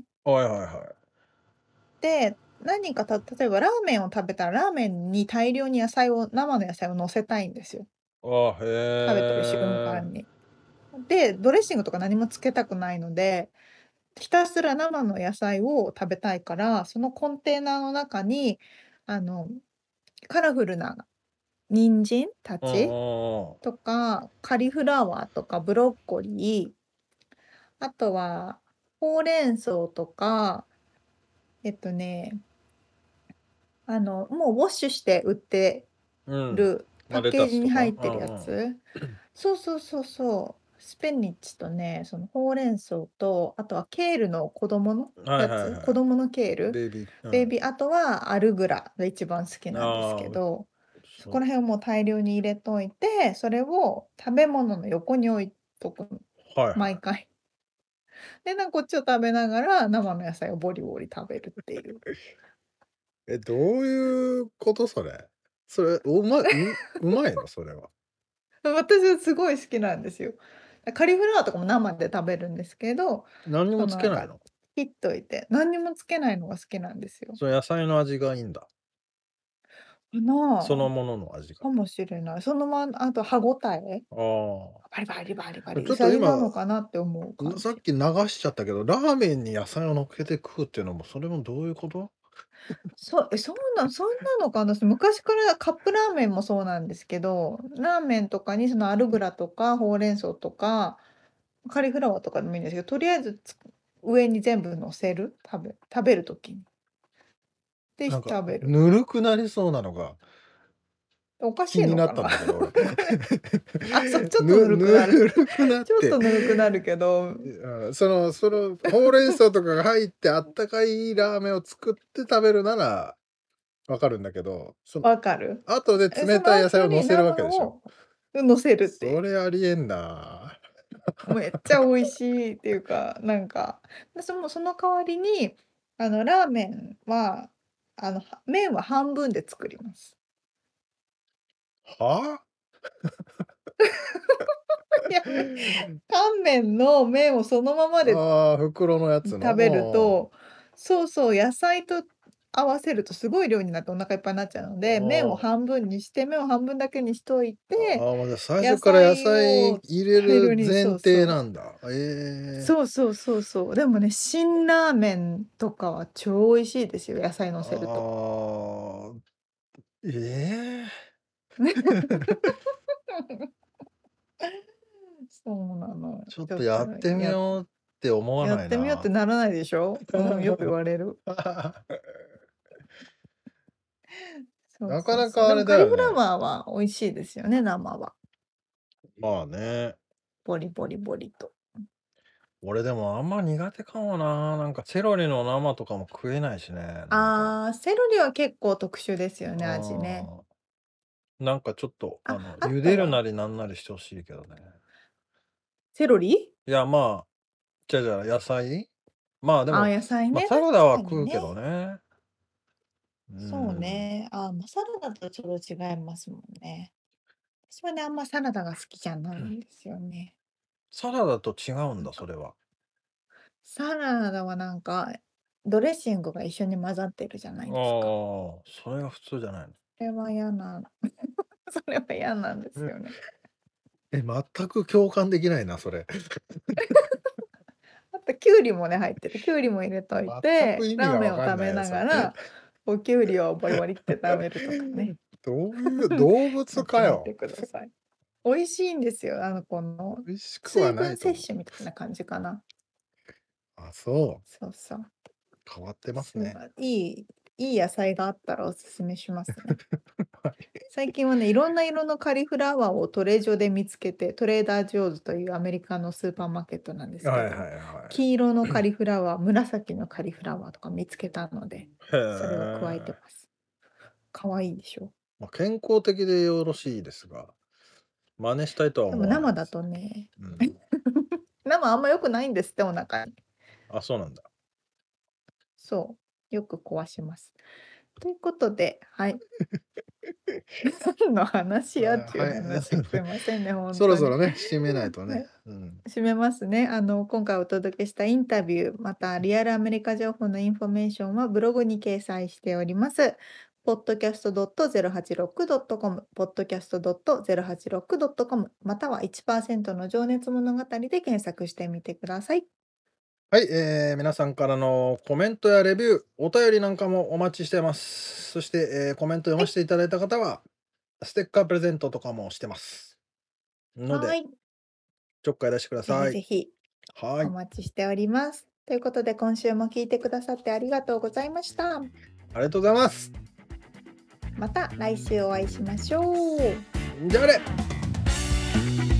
で、例えばラーメンを食べたら、ラーメンに大量に生の野菜を乗せたいんですよ。食べてる瞬間に。で、ドレッシングとか何もつけたくないので、ひたすら生の野菜を食べたいから、そのコンテナの中に、 カラフルな人参たうんちとかカリフラワーとかブロッコリー、あとはほうれん草とか、えっとねもうウォッシュして売ってうんるパまあレッケージにタスとか入ってるやつ、そうそうそうそう、スペニッチとね、そのほうれん草と、あとはケールの子供のやつ、 はいはいはい子供のケール、 ベイビー、 ベイビー、あとはアルグラが一番好きなんですけああど、そそうこら辺をもう大量に入れといて、それを食べ物の横に置いとくの、 はいはい毎回。で、こっちを食べながら生の野菜をボリボリ食べるっていう。 どういうことそれ？それ、うまいのそれは。 私はすごい好きなんですよ。カリフラワーとかも生で食べるんですけど、 何にもそのつけないの？ 切っといて、何にもつけないのが好きなんですよ。 その野菜の味がいいんだ。 かなそのものの味が。 かもしれない。あと歯ごたえ、 あバリバリバリバあ。 リ、 ちょっとウサギなの今、 かなって思う感じ。 さっき流しちゃったけど、ラーメンに野菜を乗っけて食うっていうのも、それもどういうこと？ そんなのかな。昔からカップラーメンもそうなんですけど、ラーメンとかにそのアルグラとかほうれん草とかカリフラワーとかでもいいんですけど、とりあえず上に全部乗せる、食べる時に。で、 なんか食べる。 ぬるくなりそうなのがおかし気になったいのかな。 んだけど、俺。 ちょっとぬるくなる。 ぬるくなっちょっとて、 ぬるくなるけど、 そのほうれん草とかが入ってあったかいラーメンを作って食べるならわかるんだけど、 わかる？ 後で冷たい野菜を乗せるわけでしょ。 その後に生を乗せるっていう。 それありえんな。 めっちゃ美味しいっていうか、その代わりに、ラーメンは、麺は半分で作ります。 はあ？ いや、乾麺の麺をそのままでああ、袋のやつの。 食べると、そうそう、野菜と合わせるとすごい量になってお腹いっぱいになっちゃうので、麺を半分にして、麺を半分だけにしといて、 ああ、じゃあ最野初から野菜菜を入れる大量に、 前そうそう。 提なんだ。ええ。 そうそうそうそう。でもね、辛ラーメンとかは超美味しいですよ、野菜乗せると。 ああ、ええ。 そうなの。 ちょっとやってみようって思わやないな。 ってみようってならないでしょ？よく言われる。 なかなかあれだよね。 でもカリフラワーは美味しいですよね、生は。 まあね。 ボリボリボリと。 俺でもあんま苦手かもな。なんかセロリの生とかも食えないしね。 セロリは結構特殊ですよね、味ね。 なんかちょっと、 あ茹でるなりなんなりしてほしいけどね。 セロリ？ いや、まあ、じゃ野菜まあでも、 野菜ね。 サラダは食う確かにね。 けどね。 そうね。サラダとちょっと違いますもんね。私はね、あんまサラダが好きじゃないんですよね。 サラダと違うんだ、それは。 サラダはドレッシングが一緒に混ざってるじゃないですか。 それが普通じゃないの？ それは嫌それは嫌なんですよね。 全く共感できないな、それ。 あとキュウリもね、入ってて、キュウリも入れとい全て、 く意味ラーメンをがわかんないよ、 食べなそれ。 がら、キュウリをボリボリって食べるとかね。 どういう動物かやってよ。 ください。美味しいんですよ。この美味しくは水分ないと思う。 摂取みたいな感じかな。 そう。 そうそう。 変わってますね。 いい野菜があったらおすすめしますね。最近はね、いろんな色のカリフラワーをトレジョで見つけて、トレーダージョーズというアメリカのスーパーマーケットなんですけど、黄色のカリフラワー、紫のカリフラワーとか見つけたので、それを加えてます。可愛いでしょ。 健康的でよろしいですが、真似したいとはで思わないです。 も生だとね、生あんま良くないんですって、お腹に。 そうなんだ。 そう、よく壊します。ということで、はい。何の話やっていう話、すいませんね、本当に。 そろそろね、締めないとね。 締めますね。今回お届けしたインタビュー、またリアルアメリカ情報のインフォメーションはブログに掲載しております。podcast.086.com、podcast.086.com、または 1% の情熱物語で検索してみてください。 はい、皆さんからのコメントやレビュー、お便りなんかもお待ちしてます。そして、コメント読ませていただいた方は、ステッカープレゼントとかもしてますので、ちょっかい出してください。 ぜひお待ちしております。ということで、今週も聞いてくださってありがとうございました。 ありがとうございます。 また来週お会いしましょう。 じゃあね。